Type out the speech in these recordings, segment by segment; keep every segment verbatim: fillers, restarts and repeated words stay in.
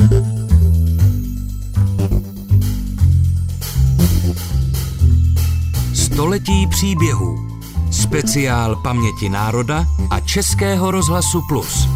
Století příběhů. Speciál Paměti národa a Českého rozhlasu Plus.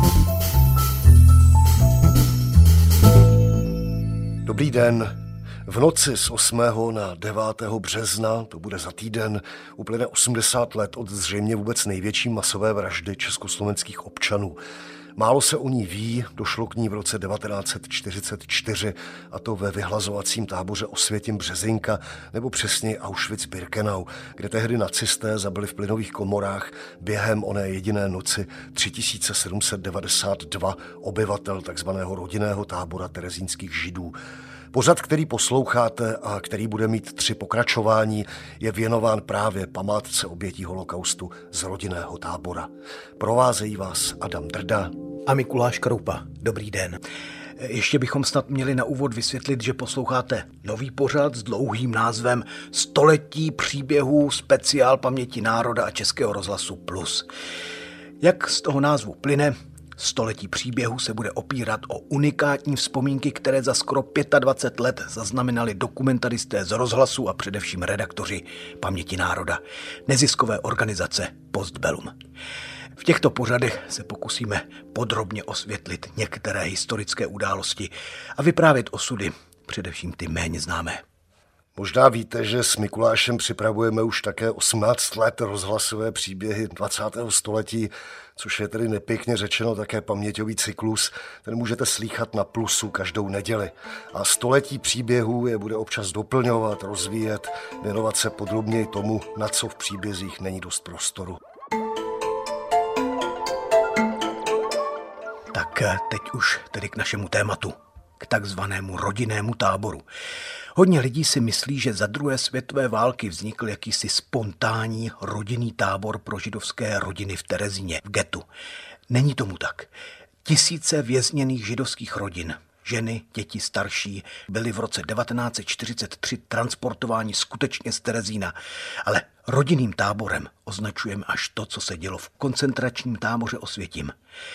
Dobrý den. V noci z osmého na devátého března, to bude za týden, uplyne osmdesát let od zřejmě vůbec největší masové vraždy československých občanů. Málo se o ní ví, došlo k ní v roce devatenáct set čtyřicet čtyři, a to ve vyhlazovacím táboře Osvětim-Březinka, nebo přesněji Auschwitz-Birkenau, kde tehdy nacisté zabili v plynových komorách během oné jediné noci tři tisíce sedm set devadesát dva obyvatel takzvaného rodinného tábora terezínských židů. Pořad, který posloucháte a který bude mít tři pokračování, je věnován právě památce obětí holokaustu z rodinného tábora. Provázejí vás Adam Drda a Mikuláš Kroupa. Dobrý den. Ještě bychom snad měli na úvod vysvětlit, že posloucháte nový pořad s dlouhým názvem Století příběhů, speciál Paměti národa a Českého rozhlasu Plus. Jak z toho názvu plyne, Století příběhů se bude opírat o unikátní vzpomínky, které za skoro dvacet pět let zaznamenali dokumentaristé z rozhlasu a především redaktoři Paměti národa, neziskové organizace Postbellum. V těchto pořadech se pokusíme podrobně osvětlit některé historické události a vyprávět osudy, především ty méně známé. Možná víte, že s Mikulášem připravujeme už také osmnáct let rozhlasové příběhy dvacátého století, což je tedy nepěkně řečeno také paměťový cyklus. Ten můžete slýchat na Plusu každou neděli. A století příběhů je bude občas doplňovat, rozvíjet, věnovat se podrobněji tomu, na co v příbězích není dost prostoru. Tak teď už tedy k našemu tématu, k takzvanému rodinnému táboru. Hodně lidí si myslí, že za druhé světové války vznikl jakýsi spontánní rodinný tábor pro židovské rodiny v Terezíně, v ghettu. Není tomu tak. Tisíce vězněných židovských rodin, ženy, děti starší, byly v roce devatenáct set čtyřicet tři transportováni skutečně z Terezína, ale rodinným táborem označujeme až to, co se dělo v koncentračním táboře Osvětim.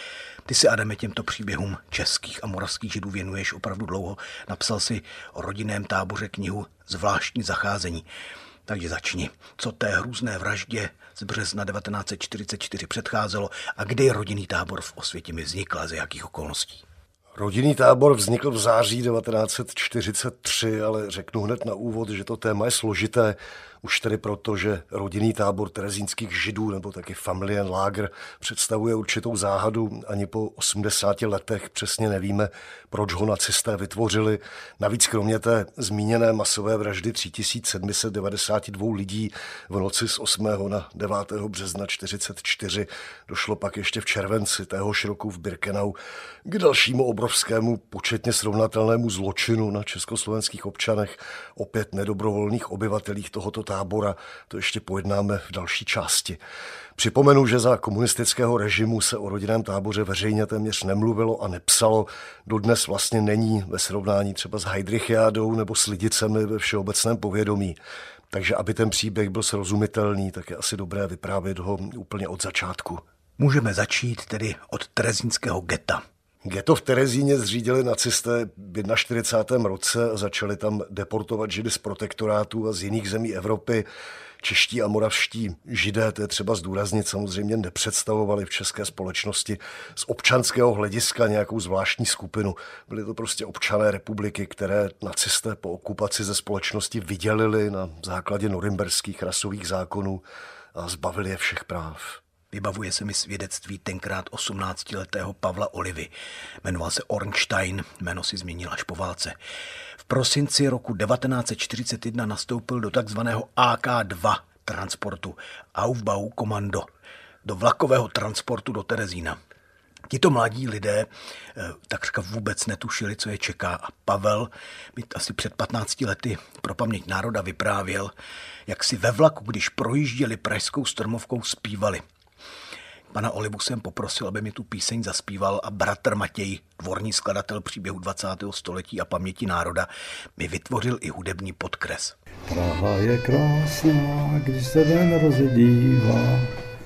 Ty si, Adame, těmto příběhům českých a moravských židů věnuješ opravdu dlouho. Napsal si o rodinném táboře knihu Zvláštní zacházení. Takže začni. Co té hrůzné vraždě z března devatenáct set čtyřicet čtyři předcházelo a kdy rodinný tábor v Osvětimi vznikl a z jakých okolností? Rodinný tábor vznikl v září devatenáct set čtyřicet tři, ale řeknu hned na úvod, že to téma je složité, už tedy proto, že rodinný tábor terezínských židů, nebo taky Familienlager, představuje určitou záhadu. Ani po osmdesáti letech přesně nevíme, proč ho nacisté vytvořili. Navíc kromě té zmíněné masové vraždy tři tisíce sedm set devadesát dva lidí v noci z osmého na devátého března čtyřicet čtyři došlo pak ještě v červenci téhož roku v Birkenau k dalšímu obrovskému, početně srovnatelnému zločinu na československých občanech, opět nedobrovolných obyvatelích tohoto tábora. To ještě pojednáme v další části. Připomenu, že za komunistického režimu se o rodinném táboře veřejně téměř nemluvilo a nepsalo. Dodnes vlastně není ve srovnání třeba s Heydrichiádou nebo s Lidicemi ve všeobecném povědomí. Takže aby ten příběh byl srozumitelný, tak je asi dobré vyprávět ho úplně od začátku. Můžeme začít tedy od terezínského getta. Ghetto v Terezíně zřídili nacisté v čtyřicátém prvním roce a začali tam deportovat židy z protektorátů a z jiných zemí Evropy. Čeští a moravští židé, to je třeba zdůraznit, samozřejmě nepředstavovali v české společnosti z občanského hlediska nějakou zvláštní skupinu. Byli to prostě občané republiky, které nacisté po okupaci ze společnosti vydělili na základě norimberských rasových zákonů a zbavili je všech práv. Vybavuje se mi svědectví tenkrát osmnáctiletého Pavla Olivy. Jmenoval se Ornstein, jméno si změnil až po válce. V prosinci roku devatenáct set čtyřicet jedna nastoupil do takzvaného A K dva transportu, Aufbau Kommando, do vlakového transportu do Terezína. Tito mladí lidé takřka vůbec netušili, co je čeká, a Pavel mi asi před patnácti lety pro Paměť národa vyprávěl, jak si ve vlaku, když projížděli pražskou Strmovkou, zpívali. Pana Olivu jsem poprosil, aby mi tu píseň zaspíval, a bratr Matěj, dvorní skladatel příběhu dvacátého století a Paměti národa, mi vytvořil i hudební podkres. Praha je krásná, když se den rozedívá,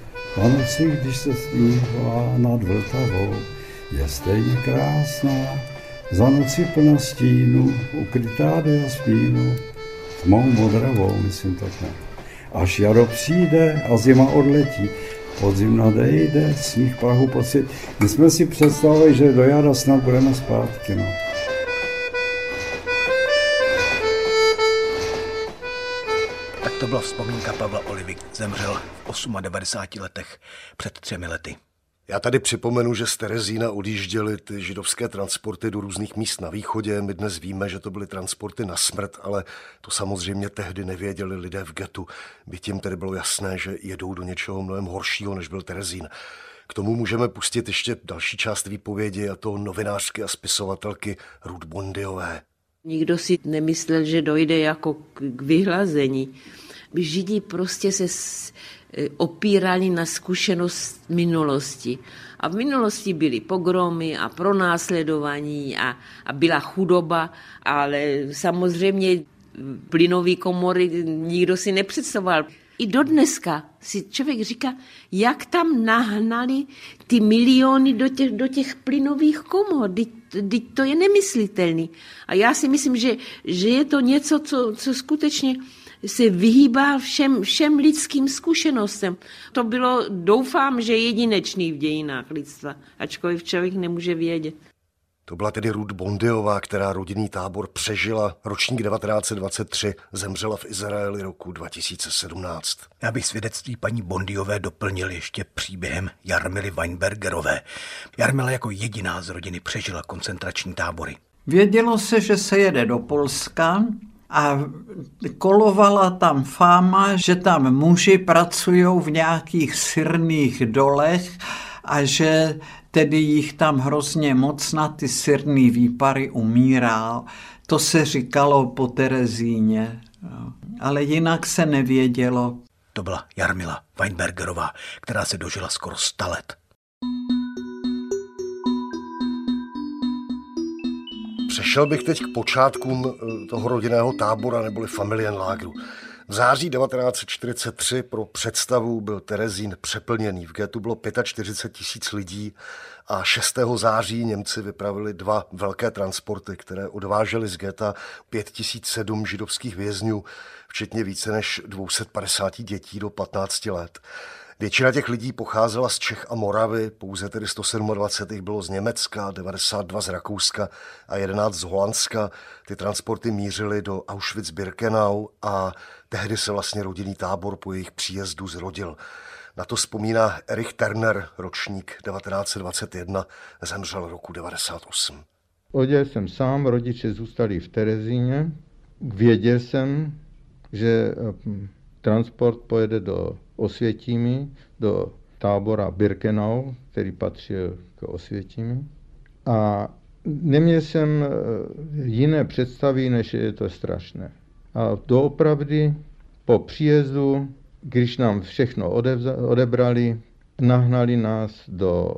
a noci, když se zpívá nad Vltavou, je stejně krásná Za noci plna stínu, ukrytá do jaspínu, tmou modravou, myslím tak ne. Až jaro přijde a zima odletí, podzim nadejde, sníh prahu pocit. My jsme si představili, že do jara snad budeme zpátky. No. Tak to byla vzpomínka Pavla Olivy. Zemřel v devadesáti osmi letech před třemi lety. Já tady připomenu, že z Terezína odjížděly ty židovské transporty do různých míst na východě. My dnes víme, že to byly transporty na smrt, ale to samozřejmě tehdy nevěděli lidé v getu. Byť jim tedy bylo jasné, že jedou do něčeho mnohem horšího, než byl Terezín. K tomu můžeme pustit ještě další část výpovědi, a to novinářky a spisovatelky Ruth Bondyové. Nikdo si nemyslel, že dojde jako k vyhlazení. Židi prostě se opírali na zkušenost minulosti. A v minulosti byly pogromy a pronásledování a, a byla chudoba, ale samozřejmě plynové komory nikdo si nepředstavoval. I do dneska si člověk říká, jak tam nahnali ty miliony do těch, do těch plynových komor. Teď to je nemyslitelný. A já si myslím, že, že je to něco, co, co skutečně se vyhýbá všem, všem lidským zkušenostem. To bylo, doufám, že jedinečný v dějinách lidstva, ačkoliv člověk nemůže vědět. To byla tedy Ruth Bondyová, která rodinný tábor přežila. Ročník devatenáct set dvacet tři, zemřela v Izraeli roku dva tisíce sedmnáct. Já bych svědectví paní Bondyové doplnil ještě příběhem Jarmily Weinbergerové. Jarmila jako jediná z rodiny přežila koncentrační tábory. Vědělo se, že se jede do Polska a kolovala tam fáma, že tam muži pracují v nějakých syrných dolech a že tedy jich tam hrozně moc na ty syrný výpary umírá. To se říkalo po Terezíně, ale jinak se nevědělo. To byla Jarmila Weinbergerová, která se dožila skoro sta let. Přešel bych teď k počátkům toho rodinného tábora neboli Familienlágru. V září devatenáct set čtyřicet tři pro představu byl Terezín přeplněný. V getu bylo čtyřicet pět tisíc lidí a šestého září Němci vypravili dva velké transporty, které odvážely z geta pět tisíc sedm židovských vězňů, včetně více než dvě stě padesát dětí do patnácti let. Většina těch lidí pocházela z Čech a Moravy, pouze tedy sto dvacet sedm jich bylo z Německa, devadesát dva z Rakouska a jedenáct z Holandska. Ty transporty mířily do Auschwitz-Birkenau a tehdy se vlastně rodinný tábor po jejich příjezdu zrodil. Na to vzpomíná Erich Terner, ročník devatenáct set dvacet jedna, zemřel roku devadesát osm. Odjel jsem sám, rodiče zůstali v Terezíně. Věděl jsem, že transport pojede do Osvětimi, do tábora Birkenau, který patřil k Osvětimi. A neměl jsem jiné představy, než je to strašné. A doopravdy po příjezdu, když nám všechno odebrali, nahnali nás do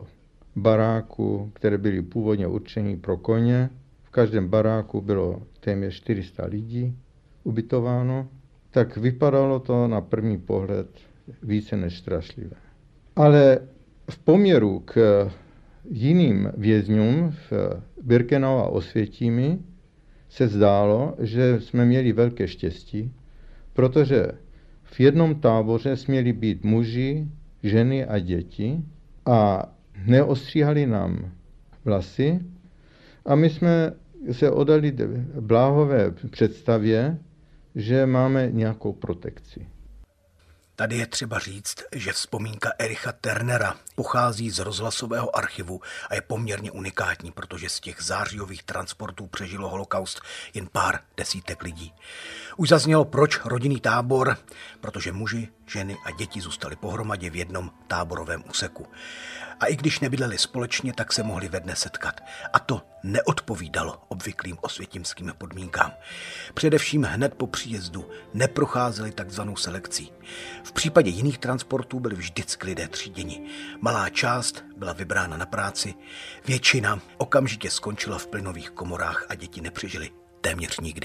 baráku, které byly původně určeny pro koně. V každém baráku bylo téměř čtyři sta lidí ubytováno. Tak vypadalo to na první pohled více než strašlivé. Ale v poměru k jiným vězňům v Birkenau a Osvětimi se zdálo, že jsme měli velké štěstí, protože v jednom táboře směli být muži, ženy a děti a neostříhali nám vlasy a my jsme se oddali bláhové představě, že máme nějakou protekci. Tady je třeba říct, že vzpomínka Ericha Ternera pochází z rozhlasového archivu a je poměrně unikátní, protože z těch zářijových transportů přežilo holokaust jen pár desítek lidí. Už zaznělo, proč rodinný tábor, protože muži, ženy a děti zůstali pohromadě v jednom táborovém úseku. A i když nebydleli společně, tak se mohli ve dne setkat. A to neodpovídalo obvyklým osvětimským podmínkám. Především hned po příjezdu neprocházeli takzvanou selekcí. V případě jiných transportů byli vždycky lidé tříděni. Malá část byla vybrána na práci, většina okamžitě skončila v plynových komorách a děti nepřežily téměř nikdy.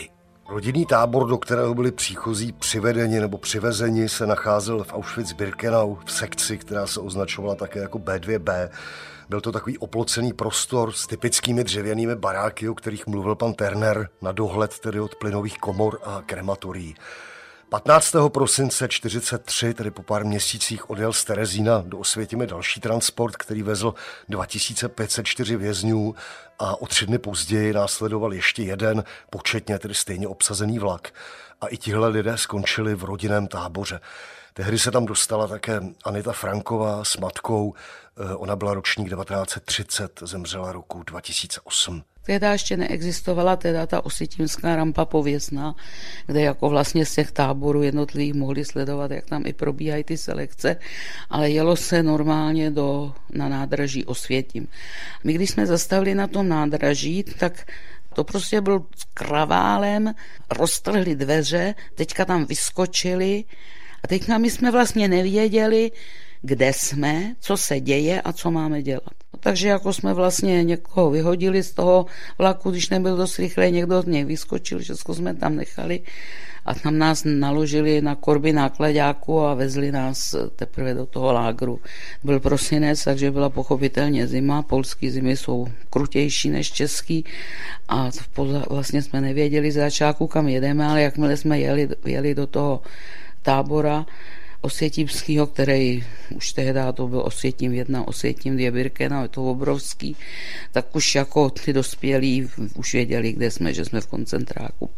Rodinný tábor, do kterého byli příchozí přivedeni nebo přivezeni, se nacházel v Auschwitz-Birkenau v sekci, která se označovala také jako bé dvě bé. Byl to takový oplocený prostor s typickými dřevěnými baráky, o kterých mluvil pan Terner, na dohled tedy od plynových komor a krematorií. patnáctého prosince čtyřicet tři, tedy po pár měsících, odjel z Terezína do Osvětimi další transport, který vezl dva tisíce pět set čtyři vězňů a o tři dny později následoval ještě jeden, početně tedy stejně obsazený vlak. A i tihle lidé skončili v rodinném táboře. Tehdy se tam dostala také Anita Franková s matkou. Ona byla ročník devatenáct set třicet, zemřela roku dva tisíce osm. Teda ještě neexistovala teda ta osvětímská rampa pověstná, kde jako vlastně z těch táborů jednotlivých mohli sledovat, jak tam i probíhají ty selekce, ale jelo se normálně do, na nádraží Osvětim. My když jsme zastavili na tom nádraží, tak to prostě byl s kraválem, roztrhli dveře, teďka tam vyskočili a teďka my jsme vlastně nevěděli, kde jsme, co se děje a co máme dělat. No, takže jako jsme vlastně někoho vyhodili z toho vlaku, když nebyl dost rychle, někdo z něj vyskočil, všechno jsme tam nechali a tam nás naložili na korby nákladáku a vezli nás teprve do toho lágru. Byl prosinec, takže byla pochopitelně zima, polský zimy jsou krutější než český a vlastně jsme nevěděli z začátku, kam jedeme, ale jakmile jsme jeli, jeli do toho tábora osvětímského, který už tehdy to byl Osvětím jedna, Osvětím dvě Birkenau, je to obrovský, tak už jako ty dospělí už věděli, kde jsme, že jsme v koncentráku.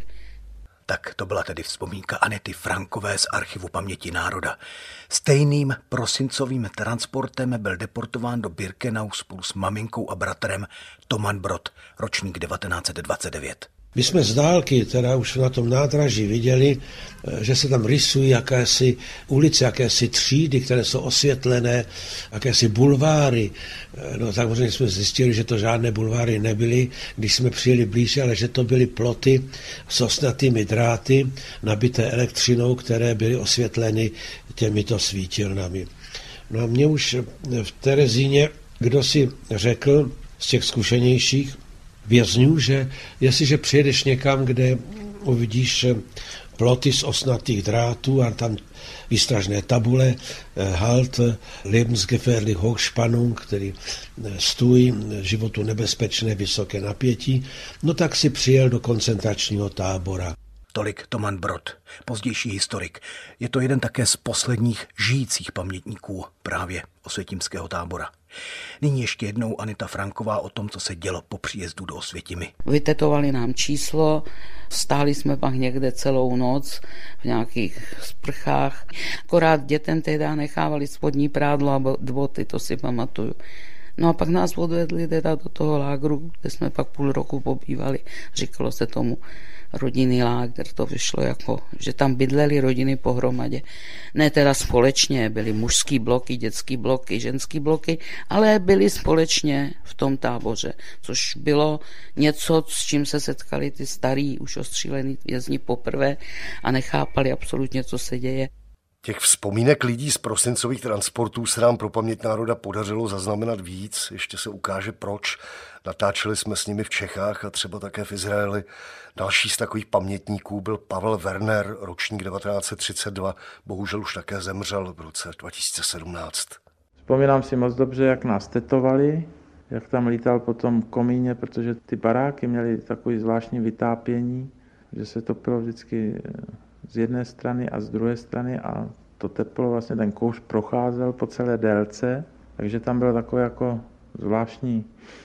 Tak to byla tedy vzpomínka Anety Frankové z Archivu paměti národa. Stejným prosincovým transportem byl deportován do Birkenau spolu s maminkou a bratrem Toman Brod, ročník devatenáct set dvacet devět. My jsme z dálky, teda už na tom nádraží, viděli, že se tam rysují jakési ulice, jakési třídy, které jsou osvětlené, jakési bulváry. No tak možná jsme zjistili, že to žádné bulváry nebyly, když jsme přijeli blíže, ale že to byly ploty s osnatými dráty, nabité elektřinou, které byly osvětleny těmito svítilnami. No a mě už v Terezíně kdo si řekl z těch zkušenějších vězňů, že jestliže přijedeš někam, kde uvidíš ploty z osnatých drátů a tam výstražné tabule, Halt, Lebensgefährlich Hochspannung, který stůj, životu nebezpečné, vysoké napětí, no tak si přijel do koncentračního tábora. Tolik Toman Brod, pozdější historik. Je to jeden také z posledních žijících pamětníků právě osvětímského tábora. Nyní ještě jednou Anita Franková o tom, co se dělo po příjezdu do Osvětimi. Vytetovali nám číslo, stáli jsme pak někde celou noc v nějakých sprchách. Akorát dětem tehdy nechávali spodní prádlo a boty, to si pamatuju. No a pak nás odvedli teda do toho lágru, kde jsme pak půl roku pobývali. Říkalo se tomu rodinný lágr, to vyšlo jako, že tam bydleli rodiny pohromadě. Ne teda společně, byly mužský bloky, dětský bloky, ženský bloky, ale byli společně v tom táboře, což bylo něco, s čím se setkali ty starý, už ostřílený vězni poprvé a nechápali absolutně, co se děje. Těch vzpomínek lidí z prosincových transportů se nám pro paměť národa podařilo zaznamenat víc, ještě se ukáže proč. Natáčeli jsme s nimi v Čechách a třeba také v Izraeli. Další z takových pamětníků byl Pavel Werner, ročník devatenáct set třicet dva, bohužel už také zemřel v roce dva tisíce sedmnáct. Vzpomínám si moc dobře, jak nás tetovali, jak tam lítal po tom komíně, protože ty baráky měly takový zvláštní vytápění, že se topilo vždycky z jedné strany a z druhé strany a to teplo, vlastně ten kouř procházel po celé délce, takže tam byl takový jako zvláštní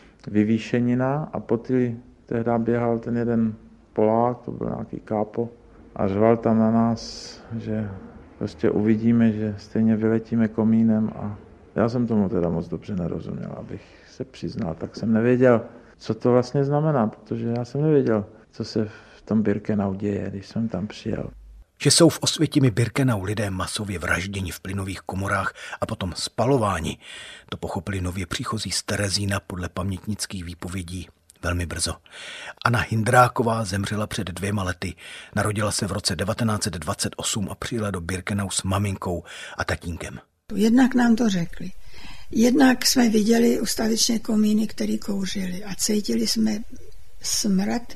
vyvýšenina a po ty tehdy běhal ten jeden Polák, to byl nějaký kápo a řval tam na nás, že prostě uvidíme, že stejně vyletíme komínem a já jsem tomu teda moc dobře nerozuměl, abych se přiznal, tak jsem nevěděl, co to vlastně znamená, protože já jsem nevěděl, co se v tom Birkenau děje, když jsem tam přijel. Že jsou v Osvětimi Birkenau lidé masově vražděni v plynových komorách a potom spalováni, to pochopili nově příchozí z Terezína podle pamětnických výpovědí velmi brzo. Anna Hindráková zemřela před dvěma lety, narodila se v roce devatenáct set dvacet osm a přijela do Birkenau s maminkou a tatínkem. Jednak nám to řekli. Jednak jsme viděli ustavičně komíny, které kouřily a cítili jsme smrad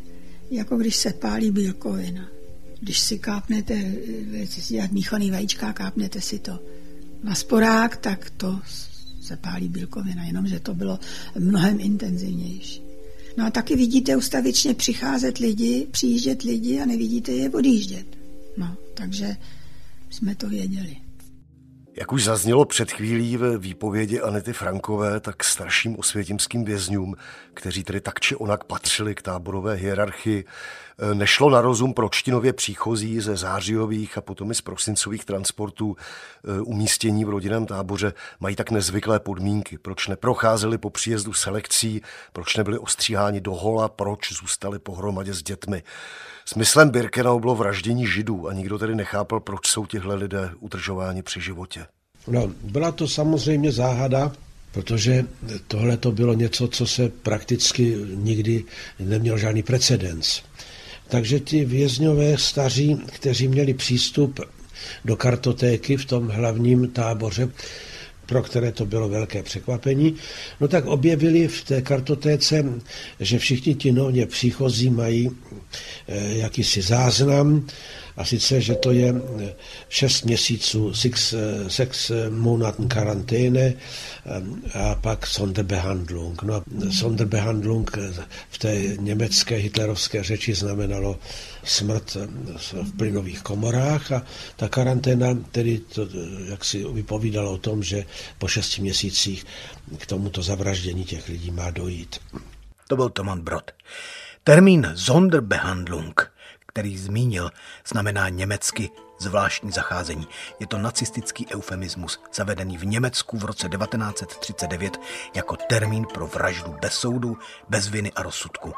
jako když se pálí bílkovina. Když si kápnete, jak míchaný vajíčka, kápnete si to na sporák, tak to se pálí bílkovina, jenomže to bylo mnohem intenzivnější. No a taky vidíte ustavičně přicházet lidi, přijíždět lidi a nevidíte je odjíždět. No, takže jsme to věděli. Jak už zaznělo před chvílí ve výpovědi Anety Frankové, tak starším osvětimským vězňům, kteří tedy tak či onak patřili k táborové hierarchii, nešlo na rozum, proč ti nově příchozí ze zářijových a potom i z prosincových transportů umístění v rodinném táboře mají tak nezvyklé podmínky, proč neprocházeli po příjezdu selekcí, proč nebyli ostříháni do hola, proč zůstali pohromadě s dětmi. Smyslem Birkenau bylo vraždění Židů a nikdo tedy nechápal, proč jsou tihle lidé udržováni při životě. No, byla to samozřejmě záhada, protože tohle to bylo něco, co se prakticky nikdy neměl žádný precedens. Takže ti vězňové staří, kteří měli přístup do kartotéky v tom hlavním táboře, pro které to bylo velké překvapení, no tak objevili v té kartotéce, že všichni ti nově příchozí mají jakýsi záznam, a sice, že to je šest měsíců, six, six Monaten karanténe a pak Sonderbehandlung. No, Sonderbehandlung v té německé hitlerovské řeči znamenalo smrt v plynových komorách a ta karanténa tedy to, jak si vypovídalo o tom, že po šesti měsících k tomuto zavraždění těch lidí má dojít. To byl Toman Brod. Termín Sonderbehandlung, který zmínil, znamená německy zvláštní zacházení. Je to nacistický eufemismus, zavedený v Německu v roce devatenáct set třicet devět jako termín pro vraždu bez soudu, bez viny a rozsudku.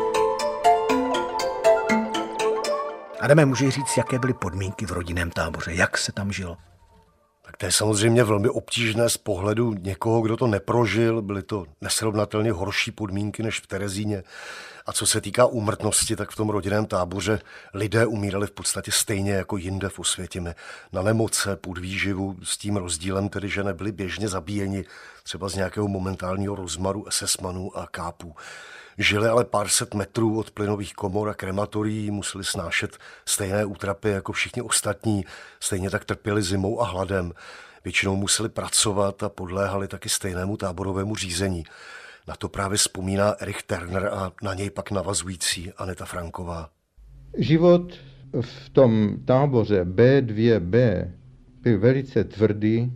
Adame, můžeš říct, jaké byly podmínky v rodinném táboře? Jak se tam žilo? Tak to je samozřejmě velmi obtížné z pohledu někoho, kdo to neprožil. Byly to nesrovnatelně horší podmínky než v Terezíně. A co se týká úmrtnosti, tak v tom rodinném táboře lidé umírali v podstatě stejně jako jinde v Osvětimi. Na nemoce, podvýživu, s tím rozdílem tedy, že nebyli běžně zabíjeni třeba z nějakého momentálního rozmaru esesmanů a kápů. Žili ale pár set metrů od plynových komor a krematorií, museli snášet stejné útrapy jako všichni ostatní, stejně tak trpěli zimou a hladem. Většinou museli pracovat a podléhali taky stejnému táborovému řízení. Na to právě vzpomíná Erich Terner a na něj pak navazující Aneta Franková. Život v tom táboře bé dvě bé byl velice tvrdý.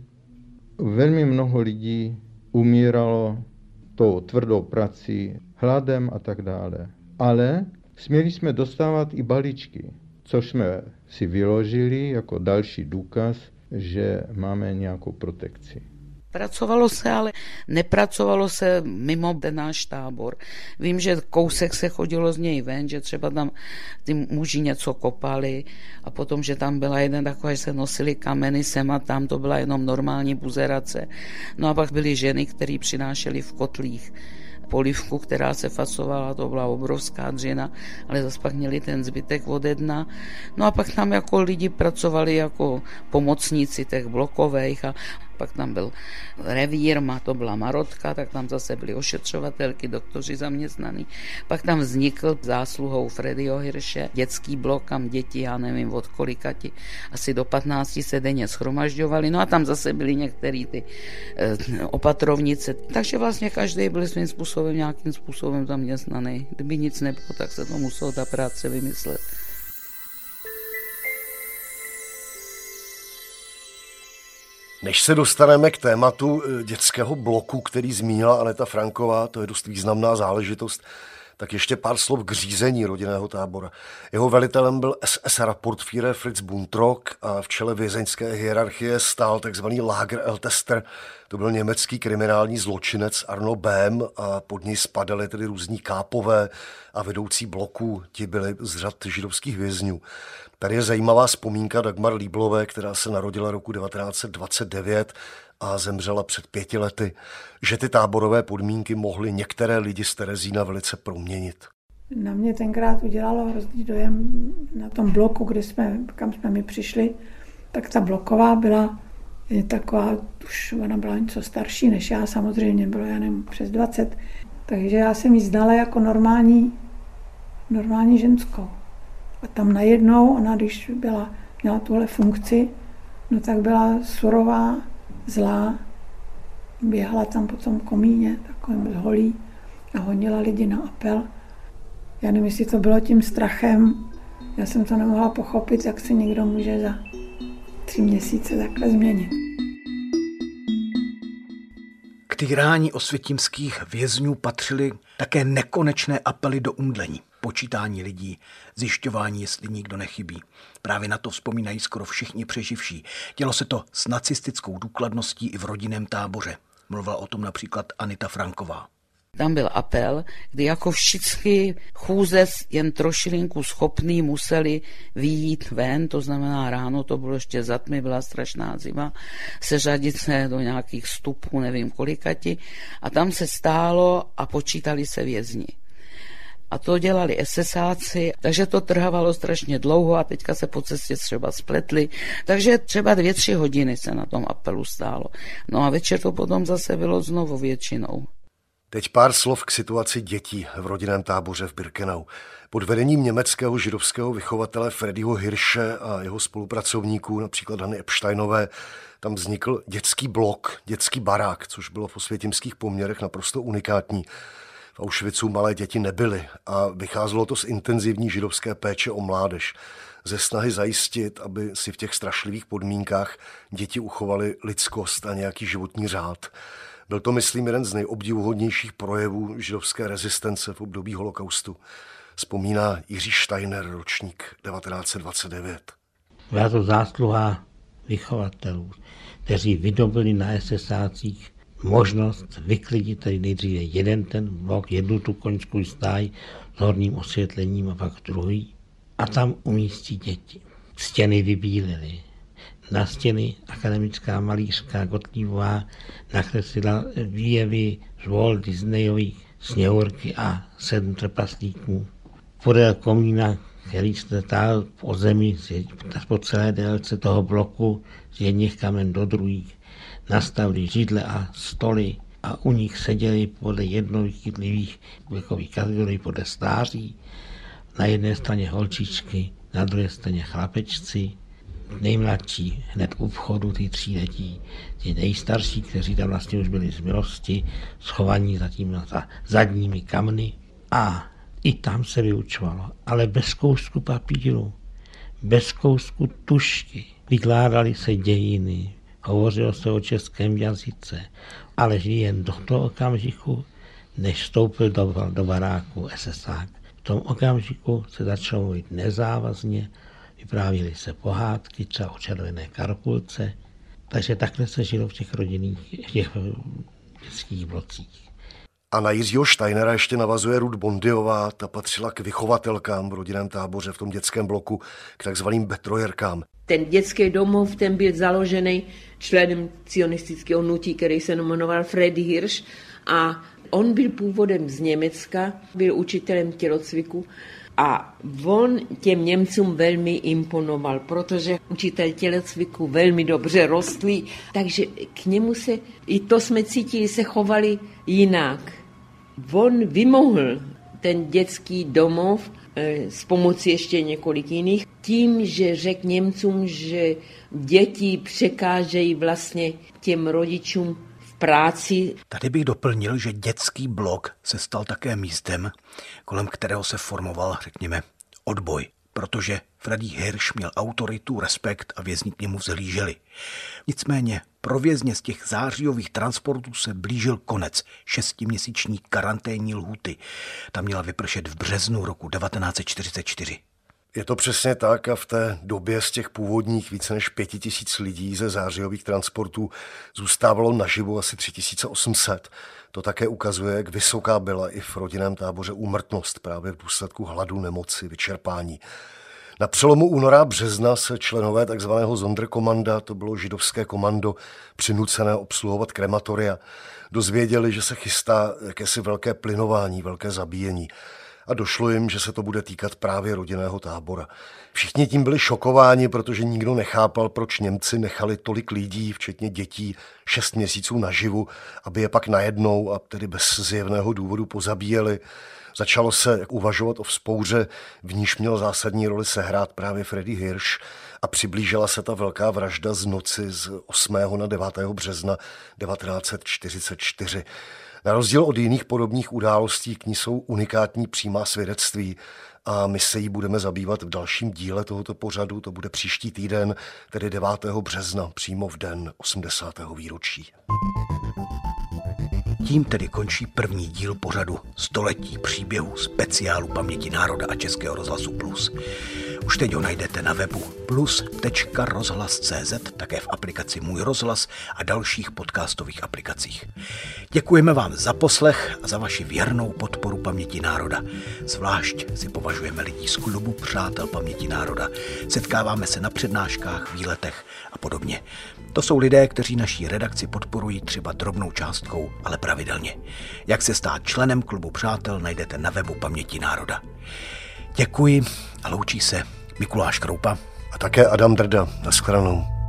Velmi mnoho lidí umíralo tou tvrdou prací, hladem a tak dále. Ale směli jsme dostávat i balíčky, což jsme si vyložili jako další důkaz, že máme nějakou protekci. Pracovalo se, ale nepracovalo se mimo ten náš tábor. Vím, že kousek se chodilo z něj ven, že třeba tam ty muži něco kopali a potom, že tam byla jeden taková, že se nosili kameny sem a tam, to byla jenom normální buzerace. No a pak byly ženy, které přinášely v kotlích polivku, která se fasovala, to byla obrovská dřina, ale zase pak měli ten zbytek ode dna. No a pak tam jako lidi pracovali jako pomocníci těch blokových a pak tam byl revír, to byla Marotka, tak tam zase byly ošetřovatelky, doktoři zaměstnaní. Pak tam vznikl zásluhou Freddyho Hirše dětský blok, kam děti, já nevím od kolika ti, asi do patnácti se denně shromažďovali. No a tam zase byly některé ty eh, opatrovnice. Takže vlastně každý byl svým způsobem, nějakým způsobem zaměstnaný. Kdyby nic nebylo, tak se to muselo ta práce vymyslet. Než se dostaneme k tématu dětského bloku, který zmínila Aneta Franková, to je dost významná záležitost, tak ještě pár slov k řízení rodinného tábora. Jeho velitelem byl es es Rapportführer Fritz Buntrock a v čele vězeňské hierarchie stál takzvaný Lagerältester. To byl německý kriminální zločinec Arno Böhm a pod něj spadaly tedy různí kápové a vedoucí bloků. Ti byli z řad židovských vězňů. Tady je zajímavá vzpomínka Dagmar Lieblové, která se narodila roku devatenáct set dvacet devět a zemřela před pěti lety, že ty táborové podmínky mohly některé lidi z Terezína velice proměnit. Na mě tenkrát udělalo hrozný dojem na tom bloku, kde jsme, kam jsme mi přišli, tak ta bloková byla taková, už ona byla něco starší než já, samozřejmě bylo já nevím, přes dvacet, takže já jsem ji znala jako normální normální ženskou. A tam najednou ona, když byla, měla tuhle funkci, no tak byla surová, zlá, běhala tam po tom komíně, takovým holí a honila lidi na apel. Já nevím, jestli to bylo tím strachem, já jsem to nemohla pochopit, jak se někdo může za tři měsíce takhle změnit. K týrání osvětimských vězňů patřily také nekonečné apely do umdlení, počítání lidí, zjišťování, jestli nikdo nechybí. Právě na to vzpomínají skoro všichni přeživší. Dělo se to s nacistickou důkladností i v rodinném táboře. Mluvila o tom například Anita Franková. Tam byl apel, kdy jako všichni chůze jen trošilinku schopný museli vyjít ven, to znamená ráno, to bylo ještě za tmy, byla strašná zima, seřadit se do nějakých stupů, nevím kolikati, a tam se stálo a počítali se vězni. A to dělali esesáci, takže to trvalo strašně dlouho a teďka se po cestě třeba spletli. Takže třeba dvě, tři hodiny se na tom apelu stálo. No a večer to potom zase bylo znovu většinou. Teď pár slov k situaci dětí v rodinném táboře v Birkenau. Pod vedením německého židovského vychovatele Freddyho Hirsche a jeho spolupracovníků, například Hany Epsteinové, tam vznikl dětský blok, dětský barák, což bylo v osvětimských poměrech naprosto unikátní. V Auschwitzu malé děti nebyly a vycházelo to z intenzivní židovské péče o mládež. Ze snahy zajistit, aby si v těch strašlivých podmínkách děti uchovaly lidskost a nějaký životní řád. Byl to, myslím, jeden z nejobdivuhodnějších projevů židovské rezistence v období holokaustu. Vzpomíná Jiří Steiner, ročník devatenáct set dvacet devět. Byla to zásluha vychovatelů, kteří vydobili na esesácích možnost vyklidit tady nejdříve jeden ten blok, jednu tu koňskou stáj s horním osvětlením a pak druhý. A tam umístí děti. Stěny vybílily. Na stěny akademická malířka Gottliebová nakreslila výjevy z Walt Disneyových Sněhurky a sedm trpaslíků. Podél komína, který se tál po zemi po celé délce toho bloku z jedných kamen do druhých, nastavili židle a stoly a u nich seděli podle jednotlivých věkových kategorií podle stáří. Na jedné straně holčičky, na druhé straně chlapečci, nejmladší hned u vchodu, ty tříletí, ti nejstarší, kteří tam vlastně už byli z milosti, schovaní zatím za zadními kamny. A i tam se vyučovalo, ale bez kousku papíru, bez kousku tušky. Vykládali se dějiny, hovořilo se o českém jazyce, ale jen do toho okamžiku, než vstoupil do, do baráku esesák. V tom okamžiku se začalo mluvit nezávazně, vyprávěly se pohádky, třeba o červené karkulce, takže takhle se žilo v těch rodinných, těch dětských blocích. A na Jiřího Steinera ještě navazuje Ruth Bondiová, ta patřila k vychovatelkám v rodinném táboře v tom dětském bloku, k takzvaným betrojerkám. Ten dětský domov, ten byl založený členem cionistického hnutí, který se jmenoval Freddy Hirsch, a on byl původem z Německa, byl učitelem tělocviku a on těm Němcům velmi imponoval, protože učitel tělocviku velmi dobře rostli, takže k němu se, i to jsme cítili, se chovali jinak. On vymohl ten dětský domov s pomocí ještě několik jiných, tím, že řekl Němcům, že děti překážejí vlastně těm rodičům v práci. Tady bych doplnil, že dětský blok se stal také místem, kolem kterého se formoval, řekněme, odboj, protože Freddy Hirsch měl autoritu, respekt a vězni k němu vzhlíželi. Nicméně pro vězně z těch zářijových transportů se blížil konec šestiměsíční karanténní lhůty. Ta měla vypršet v březnu roku devatenáct set čtyřicet čtyři. Je to přesně tak a v té době z těch původních více než pěti tisíc lidí ze zářijových transportů zůstávalo naživu asi tři tisíce osm set. To také ukazuje, jak vysoká byla i v rodinném táboře úmrtnost právě v důsledku hladu, nemoci, vyčerpání. Na přelomu února a března se členové takzvaného Sonderkommanda, to bylo židovské komando přinucené obsluhovat krematoria, dozvěděli, že se chystá jakési velké plynování, velké zabíjení. A došlo jim, že se to bude týkat právě rodinného tábora. Všichni tím byli šokováni, protože nikdo nechápal, proč Němci nechali tolik lidí, včetně dětí, šest měsíců naživu, aby je pak najednou a tedy bez zjevného důvodu pozabíjeli. Začalo se uvažovat o vzpouře, v níž měl zásadní roli sehrát právě Freddie Hirsch a přiblížila se ta velká vražda z noci z osmého na devátého března devatenáct set čtyřicet čtyři. Na rozdíl od jiných podobných událostí k ní jsou unikátní přímá svědectví a my se jí budeme zabývat v dalším díle tohoto pořadu, to bude příští týden, tedy devátého března, přímo v den osmdesátého výročí. Tím tedy končí první díl pořadu Století příběhů speciálu Paměti národa a Českého rozhlasu Plus. Už teď ho najdete na webu plus tečka rozhlas tečka cé zet, také v aplikaci Můj rozhlas a dalších podcastových aplikacích. Děkujeme vám za poslech a za vaši věrnou podporu Paměti národa. Zvlášť si považujeme lidí z klubu Přátel paměti národa. Setkáváme se na přednáškách, výletech a podobně. To jsou lidé, kteří naší redakci podporují třeba drobnou částkou, ale pravidelně. Jak se stát členem klubu Přátel, najdete na webu Paměti národa. Děkuji a loučí se Mikuláš Kroupa a také Adam Drda. Naschledanou.